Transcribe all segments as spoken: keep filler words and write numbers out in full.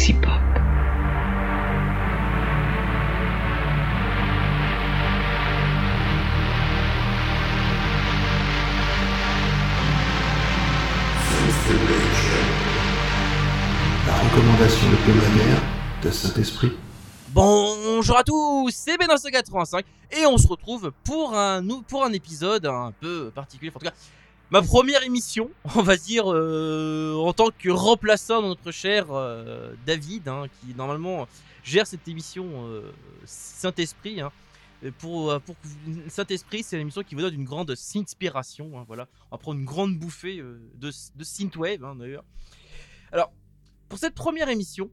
Sexy Pop. La recommandation hebdomadaire de Saint-Esprit. Bonjour à tous, c'est Ben cent quatre-vingt-cinq et on se retrouve pour un, nou- pour un épisode un peu particulier. En tout cas, ma première émission, on va dire, euh, en tant que remplaçant de notre cher euh, David, hein, qui normalement gère cette émission euh, Saint-Esprit. Hein. Et Pour, euh, pour que vous- Saint-Esprit, c'est l'émission qui vous donne une grande inspiration. Hein, voilà. On va prendre une grande bouffée euh, de, de synthwave, hein, d'ailleurs. Alors, pour cette première émission,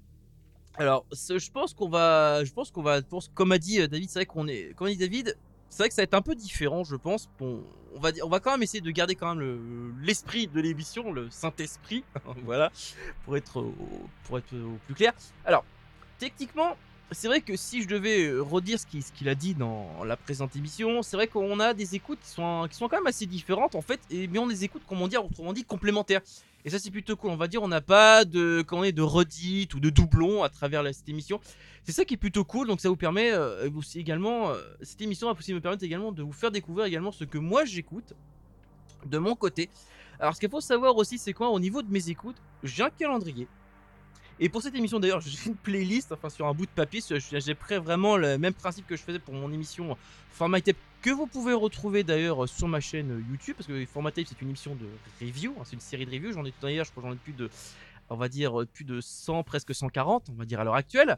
alors, ce- je pense qu'on va, je pense qu'on va, pour- comme a dit euh, David, c'est vrai qu'on est, comme a dit David, c'est vrai que ça va être un peu différent, je pense. Bon, on va dire, on va quand même essayer de garder quand même le- l'esprit de l'émission, le Saint-Esprit, voilà, pour être, au- pour être au plus clair. Alors, techniquement, c'est vrai que si je devais euh, redire ce qu'il ce qu'il a dit dans la présente émission, c'est vrai qu'on a des écoutes qui sont, qui sont quand même assez différentes en fait, et, mais on des écoutes, comment dire, autrement dit, complémentaires. Et ça, c'est plutôt cool. On va dire, on n'a pas de, comment dire, de redites ou de doublons à travers la- cette émission. C'est ça qui est plutôt cool. Donc, ça vous permet euh, aussi également, euh, cette émission va aussi me permettre également de vous faire découvrir également ce que moi j'écoute de mon côté. Alors, ce qu'il faut savoir aussi, c'est quoi, au niveau de mes écoutes, j'ai un calendrier. Et pour cette émission d'ailleurs, j'ai fait une playlist, enfin sur un bout de papier, je- j'ai pris vraiment le même principe que je faisais pour mon émission Format Tape, que vous pouvez retrouver d'ailleurs sur ma chaîne YouTube, parce que Format Tape c'est une émission de review, hein, c'est une série de reviews, j'en ai tout d'ailleurs, je crois que j'en ai plus de, on va dire plus de cent, presque cent quarante, on va dire à l'heure actuelle.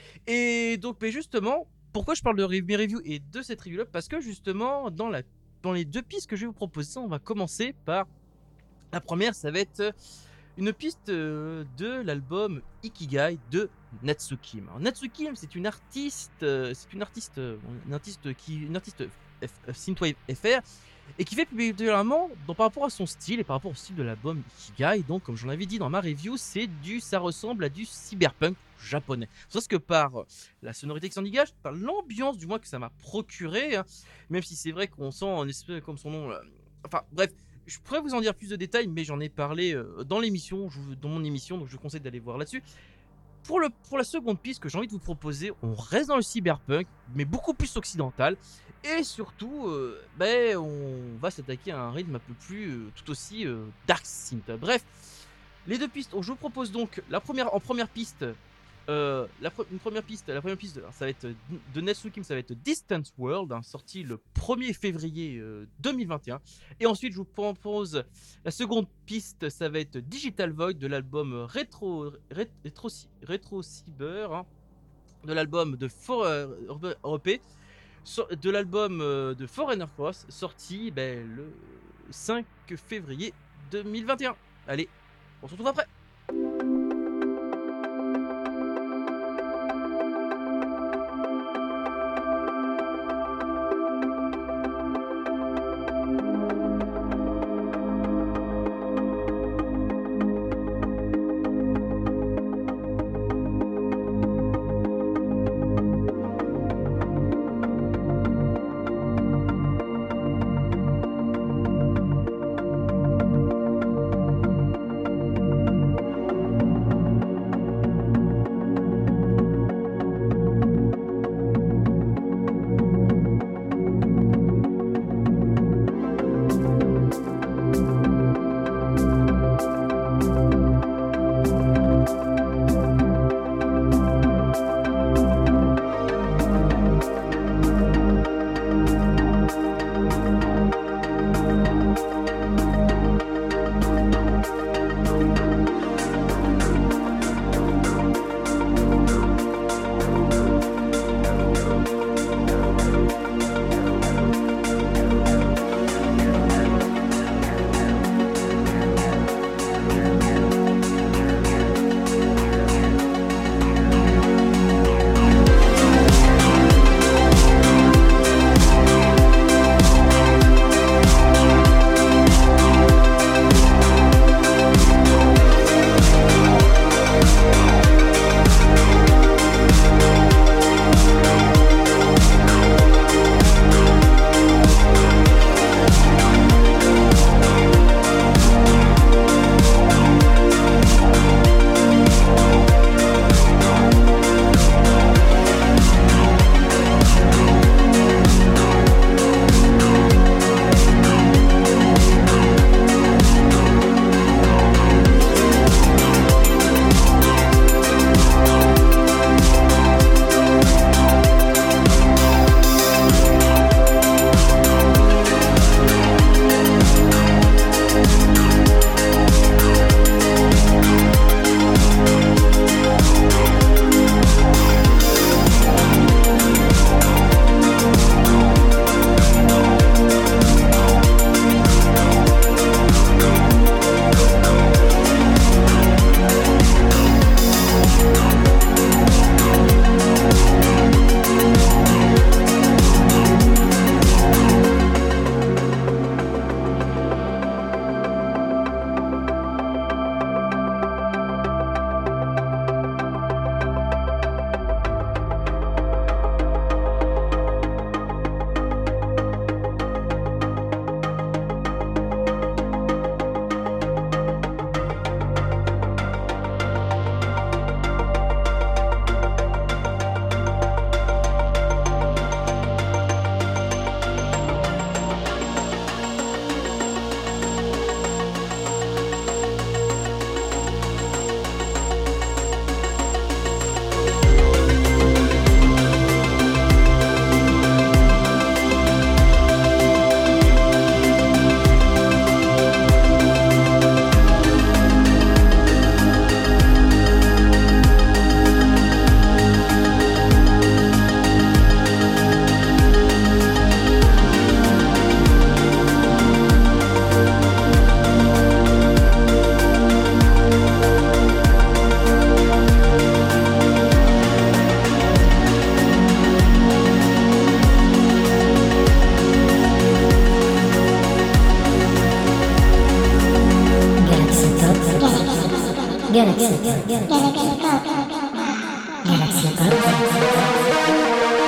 Et donc, mais justement, pourquoi je parle de re- mes reviews et de cette review là? Parce que justement, dans, la, dans les deux pistes que je vais vous proposer, on va commencer par la première, ça va être une piste euh, de l'album Ikigai de Natsukim. Alors, Natsukim, c'est une artiste, euh, c'est une artiste, euh, une artiste qui, une artiste F- euh, synthwave F R et qui fait particulièrement, donc, par rapport à son style et par rapport au style de l'album Ikigai. Donc, comme j'en avais dit dans ma review, c'est du, ça ressemble à du cyberpunk japonais. Sauf que par euh, la sonorité qui s'en dégage, par l'ambiance du moins que ça m'a procuré, hein, même si c'est vrai qu'on sent un espèce comme son nom. euh, enfin, bref. Je pourrais vous en dire plus de détails, mais j'en ai parlé euh, dans l'émission, je vous- dans mon émission, donc je vous conseille d'aller voir là-dessus. Pour, le, pour la seconde piste que j'ai envie de vous proposer, on reste dans le cyberpunk, mais beaucoup plus occidental. Et surtout, euh, ben, on va s'attaquer à un rythme un peu plus, euh, tout aussi euh, dark synth. Bref, les deux pistes, je vous propose donc la première, en première piste, euh, la pre- une première piste, la première piste, ça va être de Natsukim, ça va être Distance World, hein, sorti le premier février euh, deux mille vingt et un. Et ensuite, je vous propose la seconde piste, ça va être Digital Void de l'album Retro Ret- Retro, Retro Cyber, hein, de l'album de For, euh, Europe, so- de l'album euh, de Foreigner Cross, sorti ben, le cinq février deux mille vingt et un. Allez, on se retrouve après. Galaxy Pop. Galaxy Pop.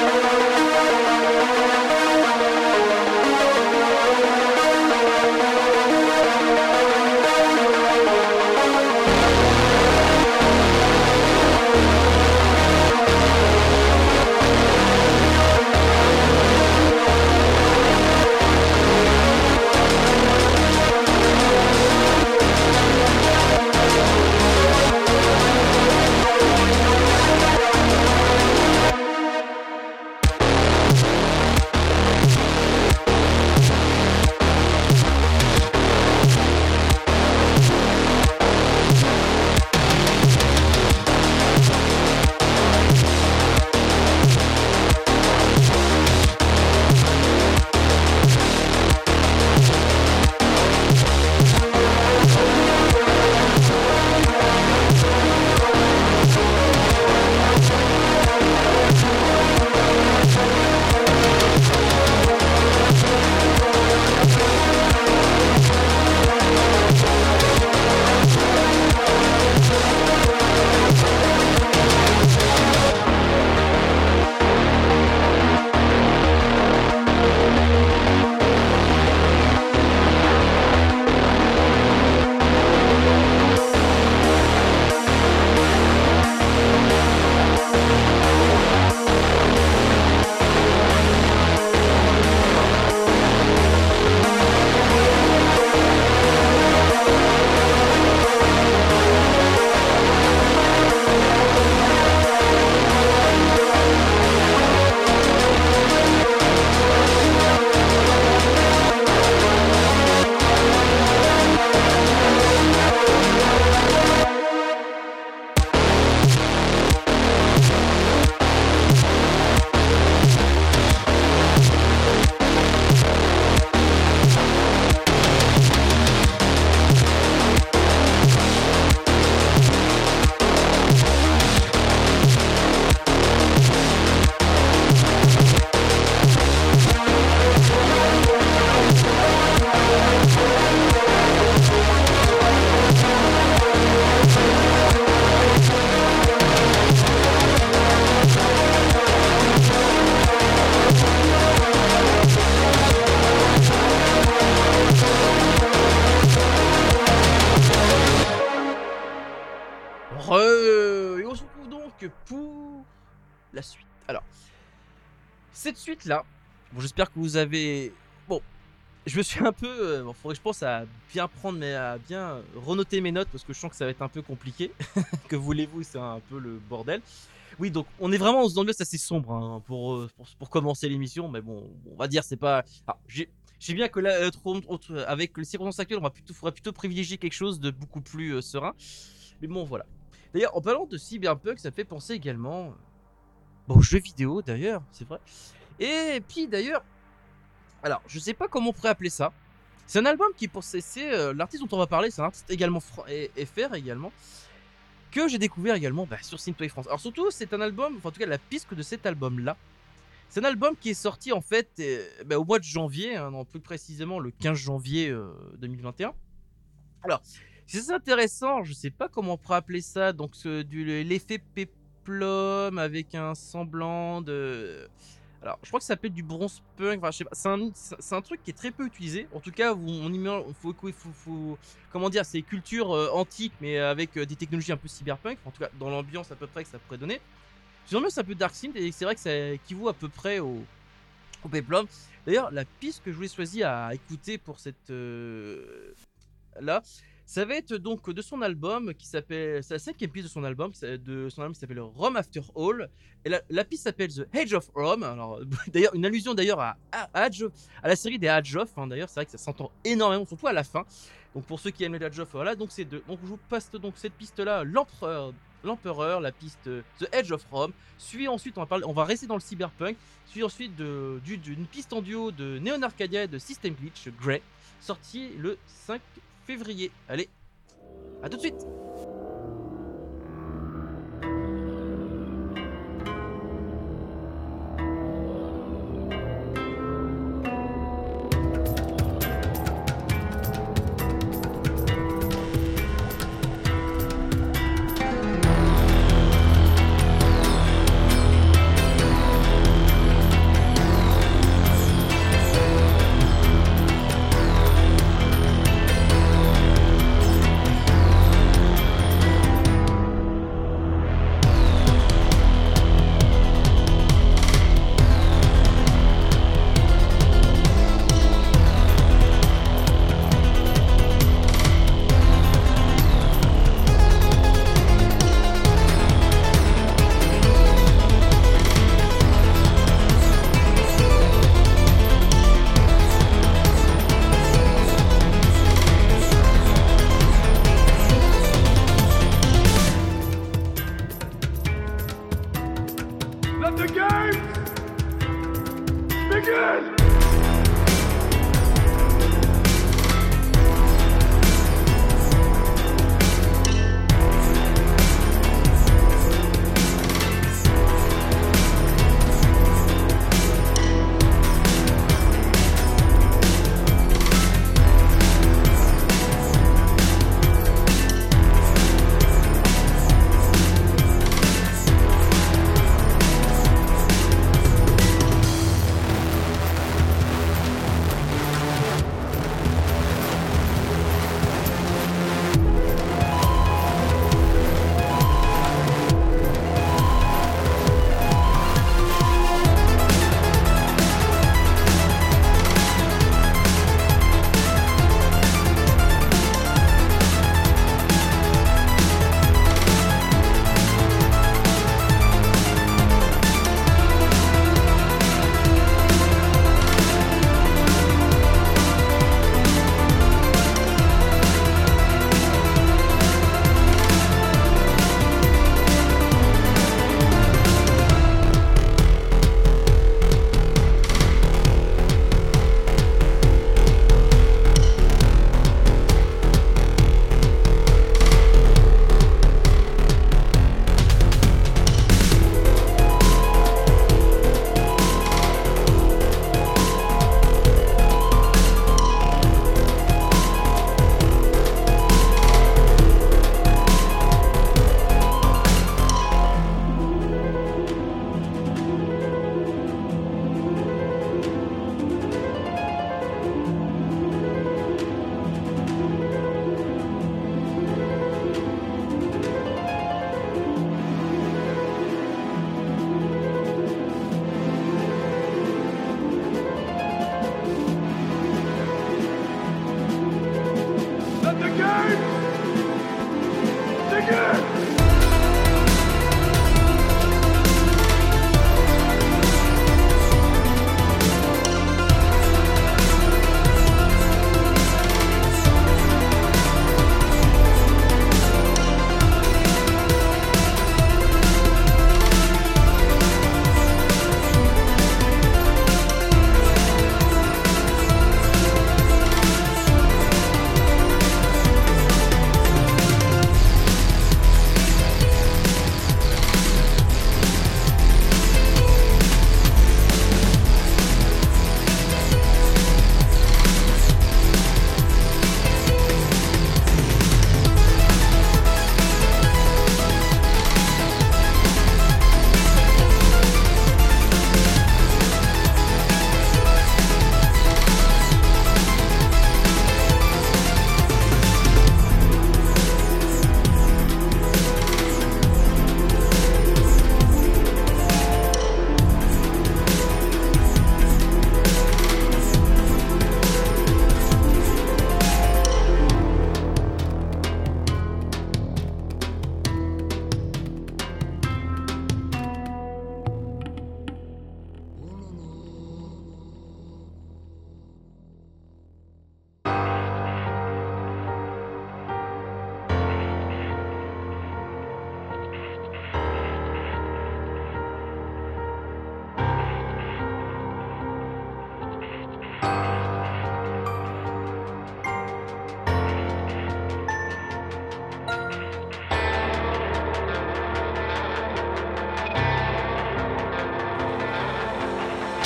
Re... Et on se retrouve donc pour la suite. Alors, cette suite-là, bon, j'espère que vous avez... Bon, je me suis un peu... Euh, bon, faudrait que je pense à bien prendre, mais à bien renoter mes notes, parce que je sens que ça va être un peu compliqué. Que voulez-vous, c'est un peu le bordel. Oui, donc on est vraiment dans une ambiance assez sombre hein, pour, pour, pour commencer l'émission, mais bon, on va dire c'est pas... Alors, j'ai... Je sais bien que là, euh, avec les circonstances actuelles, on va plutôt, faudra plutôt privilégier quelque chose de beaucoup plus euh, serein. Mais bon, voilà. D'ailleurs, en parlant de Cyberpunk, ça me fait penser également bon, aux jeux vidéo, d'ailleurs, c'est vrai. Et puis, d'ailleurs, alors, je sais pas comment on pourrait appeler ça. C'est un album qui, pour c'est euh, l'artiste dont on va parler, c'est un artiste également F R également, que j'ai découvert également bah, sur Synthwave France. Alors surtout, c'est un album, enfin en tout cas la piste de cet album-là, c'est un album qui est sorti en fait euh, bah, au mois de janvier, hein, non, plus précisément le quinze janvier euh, deux mille vingt et un. Alors, c'est intéressant, je sais pas comment on pourrait appeler ça, donc ce, du, l'effet péplum avec un semblant de... Alors, je crois que ça s'appelle du bronze punk, enfin je sais pas, c'est un, c'est un truc qui est très peu utilisé, en tout cas, on y met, faut, faut, faut, faut, comment dire, c'est culture euh, antique, mais avec euh, des technologies un peu cyberpunk, en tout cas dans l'ambiance à peu près que ça pourrait donner. C'est une ambiance un peu dark synth, et c'est vrai que ça équivaut à peu près au, au péplum. D'ailleurs, la piste que je voulais choisir à écouter pour cette... Euh, là... Ça va être donc de son album qui s'appelle, c'est la cinquième piste de son album, de son album qui s'appelle Rome After All. Et la, la piste s'appelle The Age of Rome. Alors d'ailleurs une allusion d'ailleurs à, à, à, à la série des Age of. Hein, d'ailleurs c'est vrai que ça s'entend énormément, surtout à la fin. Donc pour ceux qui aiment les Age of, voilà. Donc c'est deux. Donc je vous passe donc cette piste là, l'empereur, l'empereur, la piste The Age of Rome. Suit ensuite on va parler, on va rester dans le cyberpunk. Suit ensuite de, du, d'une piste en duo de Neon Arcadia et de System Glitch, Grey, sorti le cinq février. Allez, à tout de suite.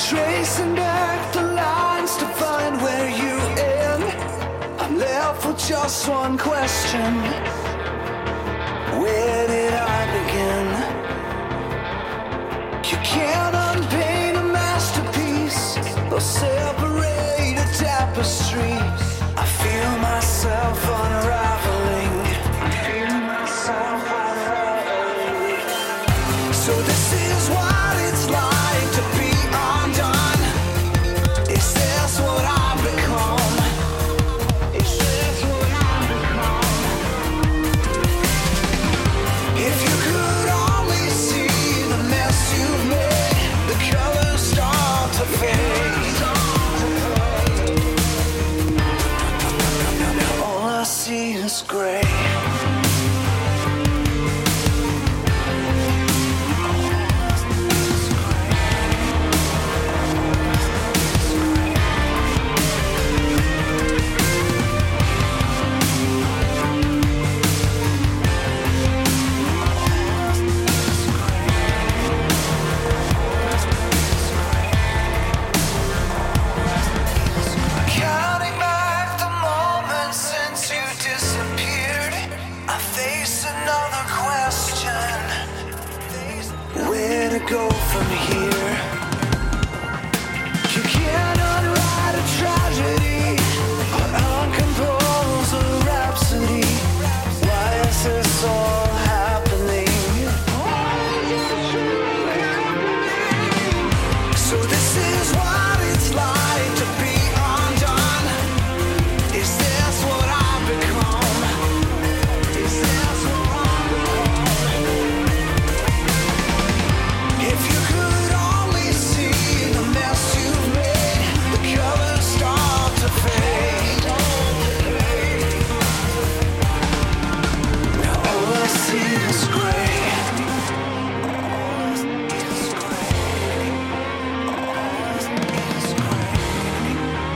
tracing back the lines to find where you end. I'm left with just one question. Where did I begin? You can't unpaint a masterpiece or separate a tapestry. I feel myself unraveling. I feel myself unraveling. So this is what it's like to be undone. Is this what I've become? Is this what I've become? If you could only see the mess you've made, the colors start to fade. All I see is gray. Counting back the moments since you disappeared, I face another question. Where to go from here? You can't unwrite a tragedy or uncompose a rhapsody. Why is this all happening? So this is what it's like to be undone. Is this what I've become? Is this what I've become? If you could only see the mess you've made, the colors start to fade. Now all I see is gray. All I see is gray. All I see is gray.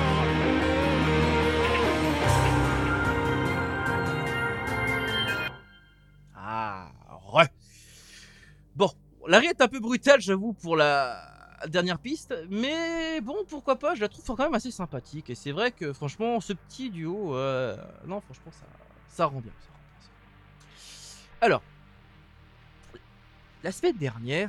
Ah, ouais. Bon, l'arrêt est un peu brutal, j'avoue, pour la dernière piste, mais bon, pourquoi pas, je la trouve quand même assez sympathique. Et c'est vrai que, franchement, ce petit duo, euh, non, franchement, ça, ça rend bien. Ça rend bien, ça. Alors, la semaine dernière,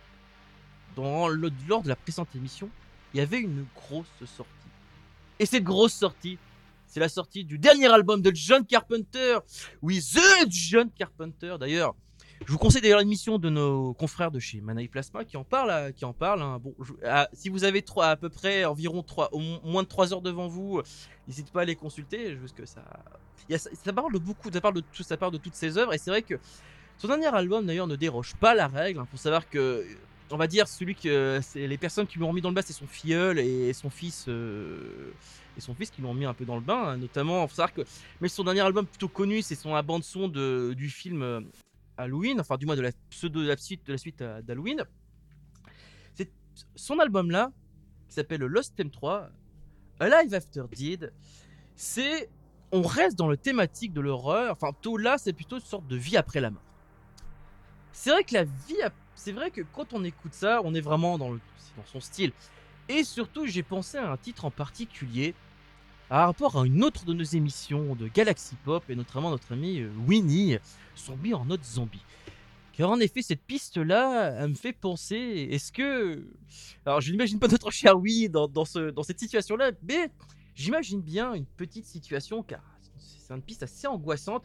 dans le- lors de la précédente émission, il y avait une grosse sortie. Et cette grosse sortie, c'est la sortie du dernier album de John Carpenter. Oui, The John Carpenter. D'ailleurs, je vous conseille d'ailleurs l'émission de nos confrères de chez Manaï Plasma qui en parle. euh, Qui en parle hein. Bon, je- ah, si vous avez trois, à peu près environ trois, au mo- moins de trois heures devant vous, euh, n'hésitez pas à les consulter. Parce que ça, il y a- ça, ça parle de beaucoup, ça parle de tout, ça parle de toutes ses œuvres. Et c'est vrai que son dernier album d'ailleurs ne déroge pas la règle. Il faut savoir que, on va dire, celui que c'est les personnes qui l'ont remis dans le bas, c'est son filleul et son fils. euh, et son fils qui l'ont mis un peu dans le bain, hein, notamment. Faut savoir que, mais son dernier album plutôt connu, c'est son la bande son de du film euh, Halloween, enfin du moins de la pseudo de la suite de la suite euh, d'Halloween. C'est son album là qui s'appelle Lost M trois, Alive After Dead. C'est, on reste dans le thématique de l'horreur. Enfin, plutôt là, c'est plutôt une sorte de vie après la mort. C'est vrai que la vie, ap- c'est vrai que quand on écoute ça, on est vraiment dans le, c'est dans son style. Et surtout, j'ai pensé à un titre en particulier, à rapport à une autre de nos émissions de Galaxy Pop, et notamment notre ami euh, Winnie, Zombie en mode zombie. Car en effet, cette piste-là, elle me fait penser, est-ce que... Alors, je n'imagine pas notre cher Winnie dans, dans, ce, dans cette situation-là, mais j'imagine bien une petite situation, car c'est une piste assez angoissante.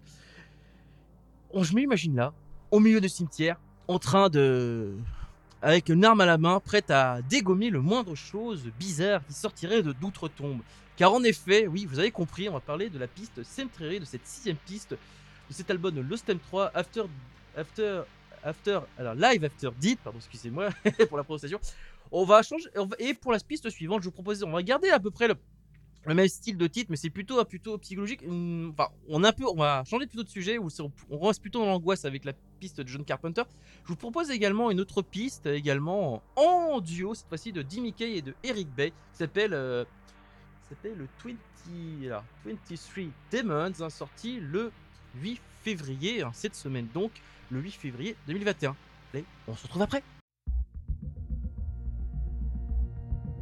On, je m'imagine là, au milieu du cimetière, en train de... avec une arme à la main, prête à dégommer le moindre chose bizarre qui sortirait de d'outre-tombe. Car en effet, oui, vous avez compris, on va parler de la piste Cemetery, de cette sixième piste de cet album de Lost M trois, After, After, After, alors Live After Dead, pardon, excusez-moi pour la prononciation. On va changer, on va- et pour la piste suivante, je vous propose, on va garder à peu près le, le même style de titre, mais c'est plutôt, plutôt psychologique. Hum, Enfin, on, a un peu, on va changer plutôt de sujet, où c'est- on, on reste plutôt dans l'angoisse avec la piste de John Carpenter. Je vous propose également une autre piste, également en duo, cette fois-ci de Jimmy Kay et de Eric Bay, qui s'appelle, euh, qui s'appelle le vingt, alors, vingt-trois Demons, hein, sorti le huit février, hein, cette semaine donc, le huit février deux mille vingt et un. Allez, on se retrouve après.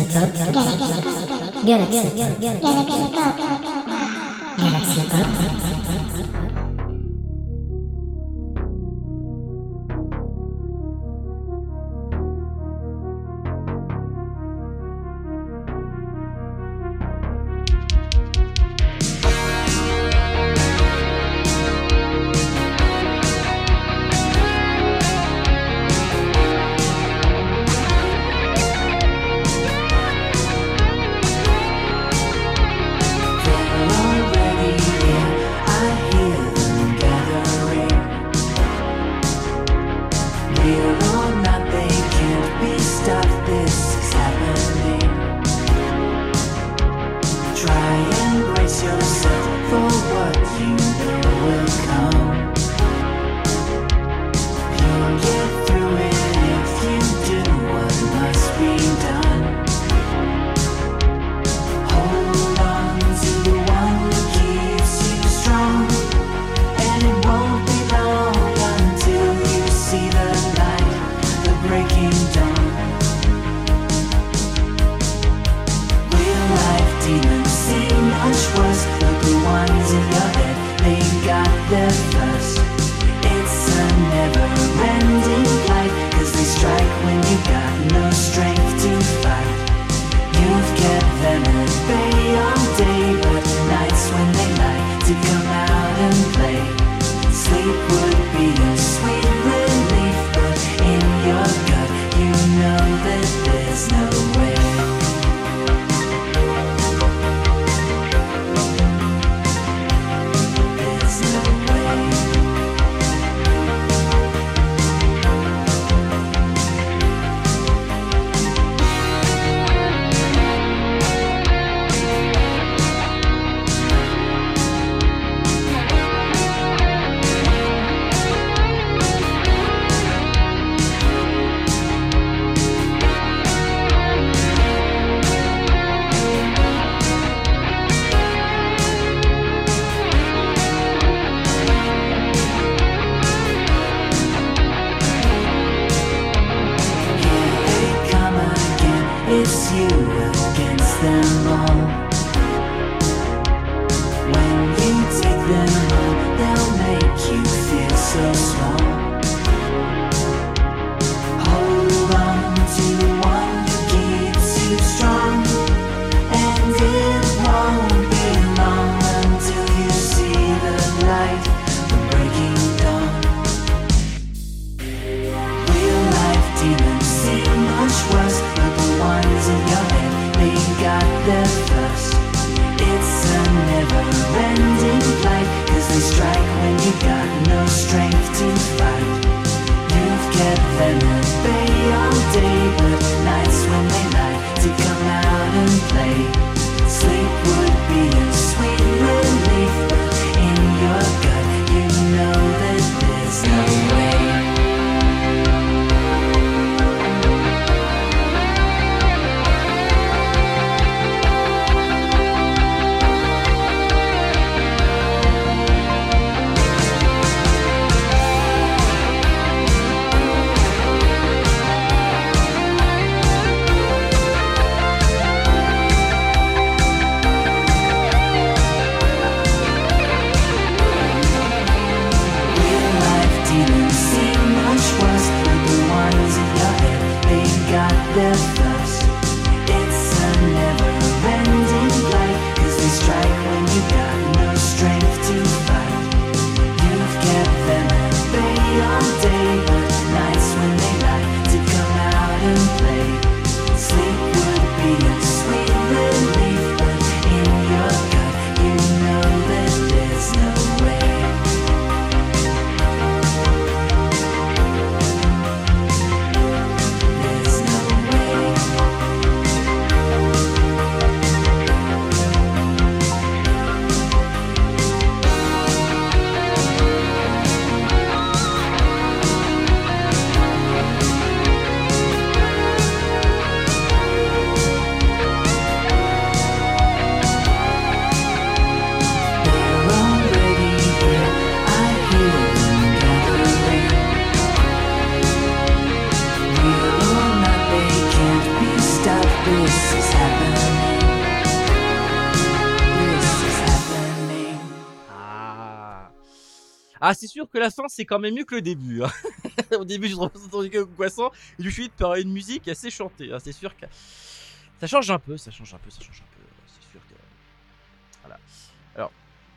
Pop. Galaxy Pop. Galaxy Pop. Demons seem much worse, but the ones in your head, they got their Ah, c'est sûr que la fin, c'est quand même mieux que le début. Hein. Au début, je me suis entendu que poisson, et je suis par une musique assez chantée. Hein. C'est sûr que ça change un peu, ça change un peu, ça change un peu. C'est sûr que. Voilà. Alors,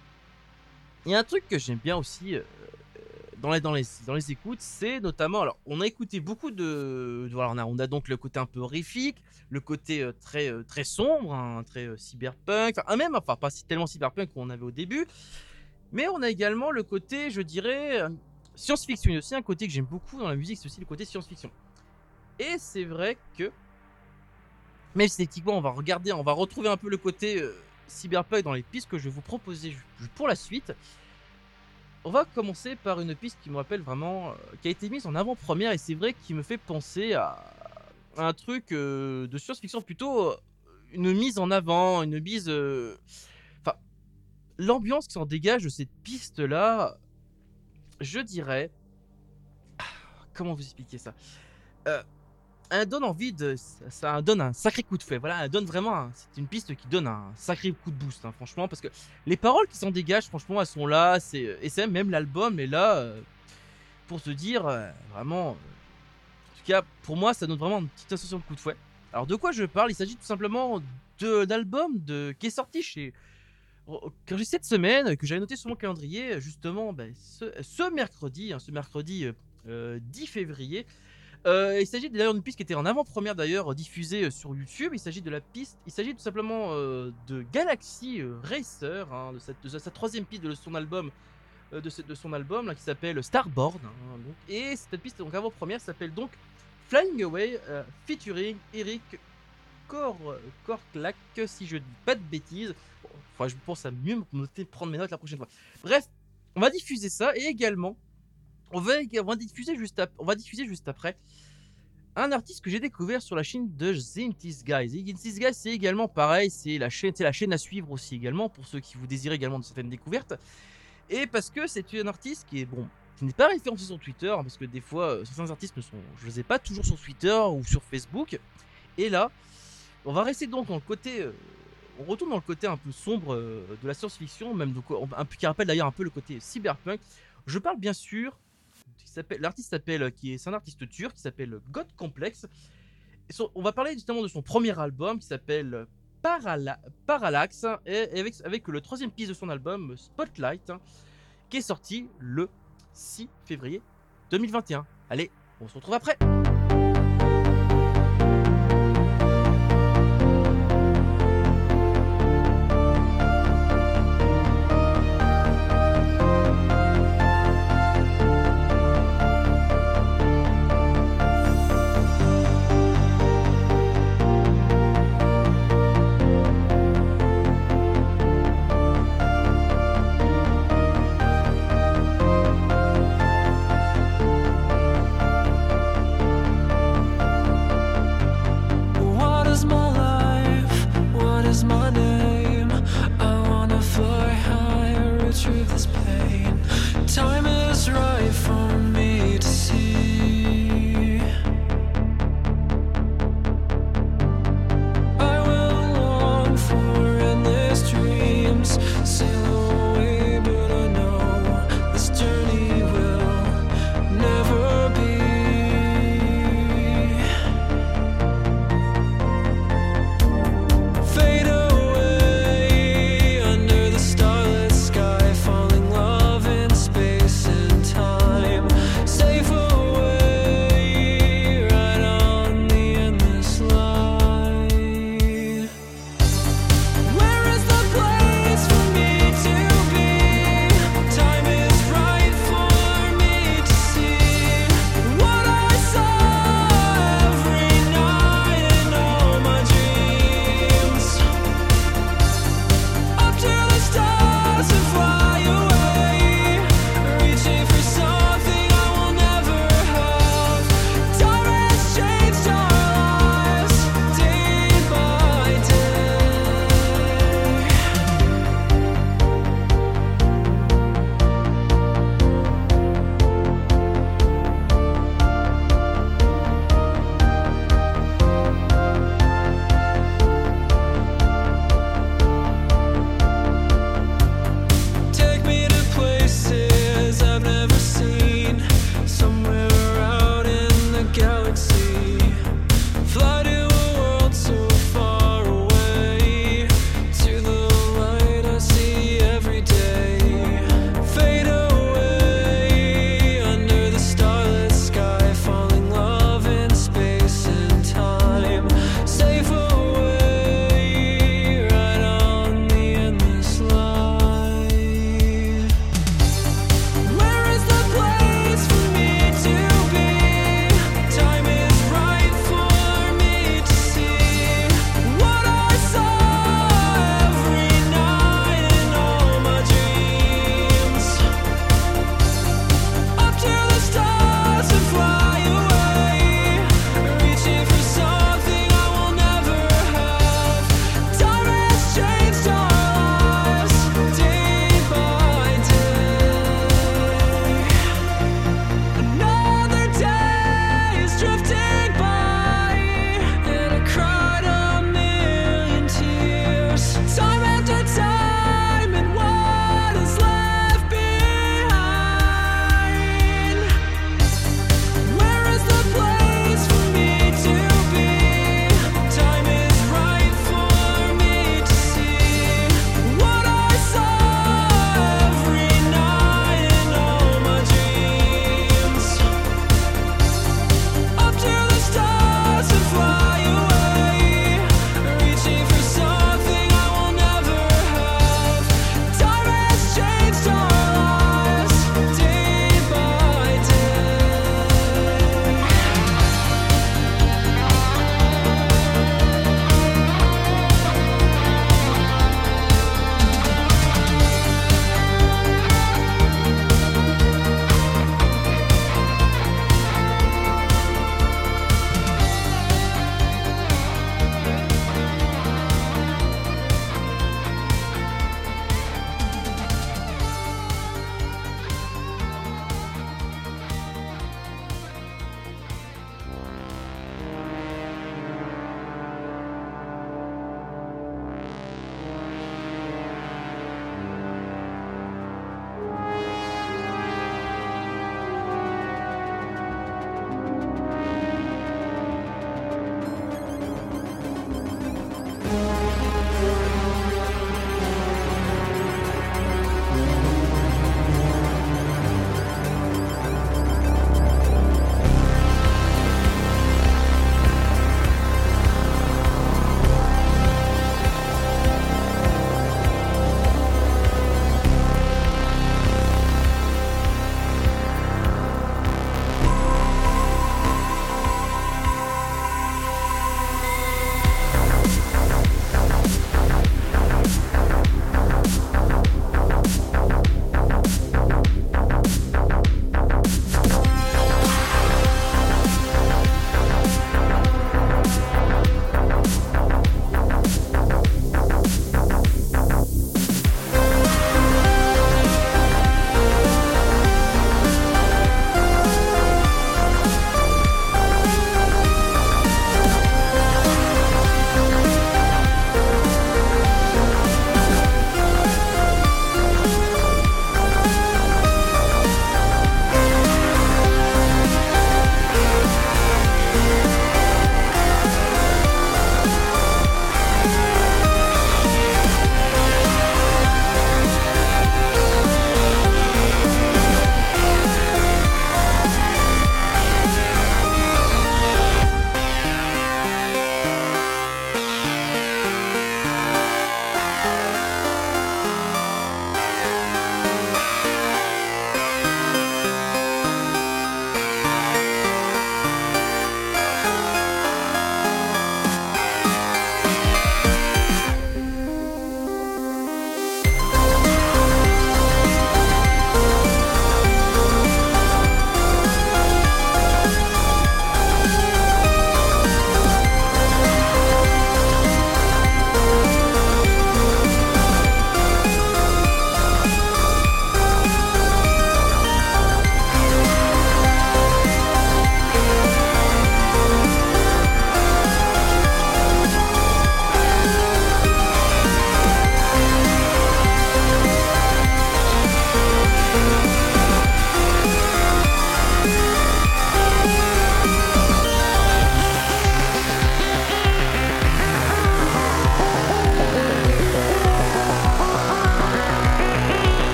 il y a un truc que j'aime bien aussi euh, dans, les, dans, les, dans les écoutes, c'est notamment. Alors, on a écouté beaucoup de. de voilà, on, a, on a donc le côté un peu horrifique, le côté euh, très, euh, très sombre, hein, très euh, cyberpunk, enfin, même, enfin, pas tellement cyberpunk qu'on avait au début. Mais on a également le côté, je dirais, euh, science-fiction. Il y a aussi un côté que j'aime beaucoup dans la musique, c'est aussi le côté science-fiction. Et c'est vrai que, même si techniquement on va regarder, on va retrouver un peu le côté euh, cyberpunk dans les pistes que je vais vous proposer pour la suite. On va commencer par une piste qui me rappelle vraiment, euh, qui a été mise en avant-première, et c'est vrai qu'il me fait penser à, à un truc euh, de science-fiction, plutôt euh, une mise en avant, une mise... euh, L'ambiance qui s'en dégage de cette piste-là, je dirais... Comment vous expliquer ça euh, Elle donne envie de... Ça, ça donne un sacré coup de fouet. Voilà, elle donne vraiment... Un, c'est une piste qui donne un sacré coup de boost, hein, franchement. Parce que les paroles qui s'en dégagent, franchement, elles sont là. C'est, et c'est même l'album est là euh, pour se dire... Euh, vraiment... Euh, en tout cas, pour moi, ça donne vraiment une petite sensation de coup de fouet. Alors, de quoi je parle? Il s'agit tout simplement de, d'album de, qui est sorti chez... Quand j'ai cette semaine, que j'avais noté sur mon calendrier, justement, ben, ce, ce mercredi, hein, ce mercredi euh, dix février, euh, il s'agit d'ailleurs d'une piste qui était en avant-première d'ailleurs diffusée sur YouTube. Il s'agit de la piste, il s'agit tout simplement euh, de Galaxy Racer, hein, de, cette, de sa troisième piste de son album, euh, de, ce, de son album là, qui s'appelle Starboard. Hein, donc, et cette piste donc avant-première s'appelle donc Flying Away, euh, featuring Eric Cor, Corclac, si je dis pas de bêtises. Enfin, je pense à mieux me noter, prendre mes notes la prochaine fois. Bref, on va diffuser ça, et également, on va, on va, diffuser, juste ap- on va diffuser juste après un artiste que j'ai découvert sur la chaîne de Zintis Guys. Et Zintis Guys, c'est également pareil, c'est la chaîne, c'est la chaîne à suivre aussi également pour ceux qui vous désirent également de certaines découvertes. Et parce que c'est un artiste qui est bon, qui n'est pas référencé sur Twitter, parce que des fois, certains artistes ne sont, je les ai pas toujours sur Twitter ou sur Facebook. Et là, on va rester donc dans le côté. Euh, On retourne dans le côté un peu sombre euh, de la science-fiction, même donc, un peu, qui rappelle d'ailleurs un peu le côté cyberpunk. Je parle bien sûr, l'artiste s'appelle, qui est, c'est un artiste turc qui s'appelle God Complex. Et son, on va parler justement de son premier album qui s'appelle Parala, Parallax, et, et avec, avec le troisième piste de son album Spotlight, hein, qui est sorti le six février deux mille vingt et un. Allez, on se retrouve après. Spaces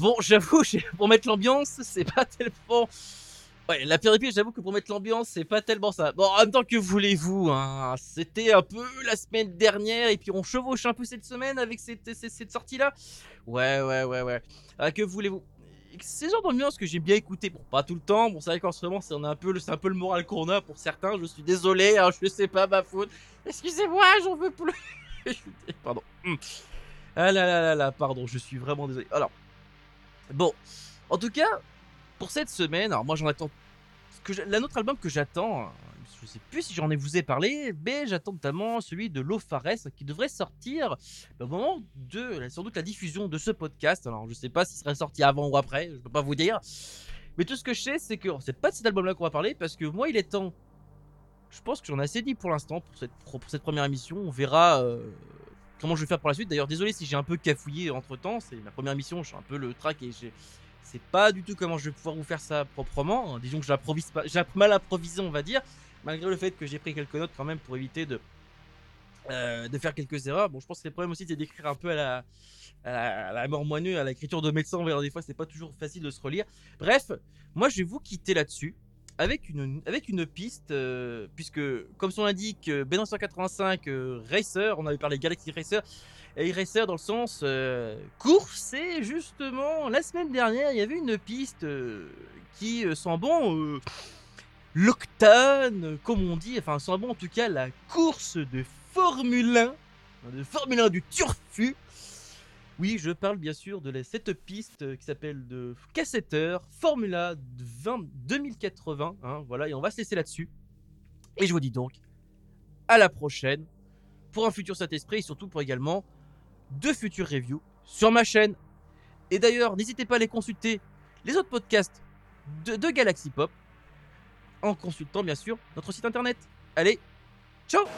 Bon, j'avoue, j'ai- pour mettre l'ambiance, c'est pas tellement. Ouais, la péripétie, j'avoue que pour mettre l'ambiance, c'est pas tellement ça. Bon, en même temps, que voulez-vous, hein, c'était un peu la semaine dernière, et puis on chevauche un peu cette semaine avec cette, cette, cette sortie-là. Ouais, ouais, ouais, ouais. Ah, que voulez-vous? C'est le genre d'ambiance que j'aime bien écouter. Bon, pas tout le temps. Bon, c'est vrai qu'en ce moment, c'est on a un peu le, c'est un peu le moral qu'on a pour certains. Je suis désolé, hein, je sais pas ma faute. Excusez-moi, j'en veux plus. Je suis- Pardon. Hum. Ah là là là là, pardon, je suis vraiment désolé. Alors, bon, en tout cas, pour cette semaine, alors moi j'en attends. Ce que j'ai- l'un autre album que j'attends, hein, je sais plus si j'en ai vous ai parlé, mais j'attends notamment celui de Lofares qui devrait sortir bah, au moment de sans doute la diffusion de ce podcast. Alors je sais pas s'il serait sorti avant ou après, je peux pas vous dire. Mais tout ce que je sais, c'est que c'est pas de cet album-là qu'on va parler parce que moi il est temps. Je pense que j'en ai assez dit pour l'instant pour cette, pour cette première émission. On verra euh, comment je vais faire pour la suite. D'ailleurs, désolé si j'ai un peu cafouillé entre temps. C'est ma première émission, je suis un peu le track et j'ai. C'est pas du tout comment je vais pouvoir vous faire ça proprement. Disons que j'improvise pas, j'ai mal improvisé, on va dire, malgré le fait que j'ai pris quelques notes quand même pour éviter de, euh, de faire quelques erreurs. Bon, je pense que le problème aussi, c'est d'écrire un peu à la, à la, à la mort moineux, à l'écriture de médecin. Alors, des fois, c'est pas toujours facile de se relire. Bref, moi, je vais vous quitter là-dessus avec une, avec une piste, euh, puisque, comme son l'indique, euh, B neuf cent quatre-vingt-cinq euh, Racer, on avait parlé Galaxy Racer, et Racer dans le sens euh, course, et justement, la semaine dernière, il y avait une piste euh, qui euh, sent bon euh, l'octane, comme on dit, enfin, sent bon en tout cas la course de Formule un, de Formule un du Turfu. Oui, je parle bien sûr de la, cette piste euh, qui s'appelle de Cassetteur Formula vingt, deux mille quatre-vingts. Hein, voilà, et on va se laisser là-dessus. Et je vous dis donc à la prochaine pour un futur Saint-Esprit et surtout pour également de futures reviews sur ma chaîne. Et d'ailleurs, n'hésitez pas à aller consulter les autres podcasts de, de Galaxy Pop en consultant bien sûr notre site internet. Allez, ciao!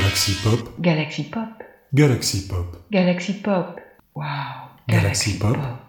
Galaxy Pop, Galaxy Pop. Galaxy Pop, Galaxy Pop. Wow. Galaxy Pop. Pop.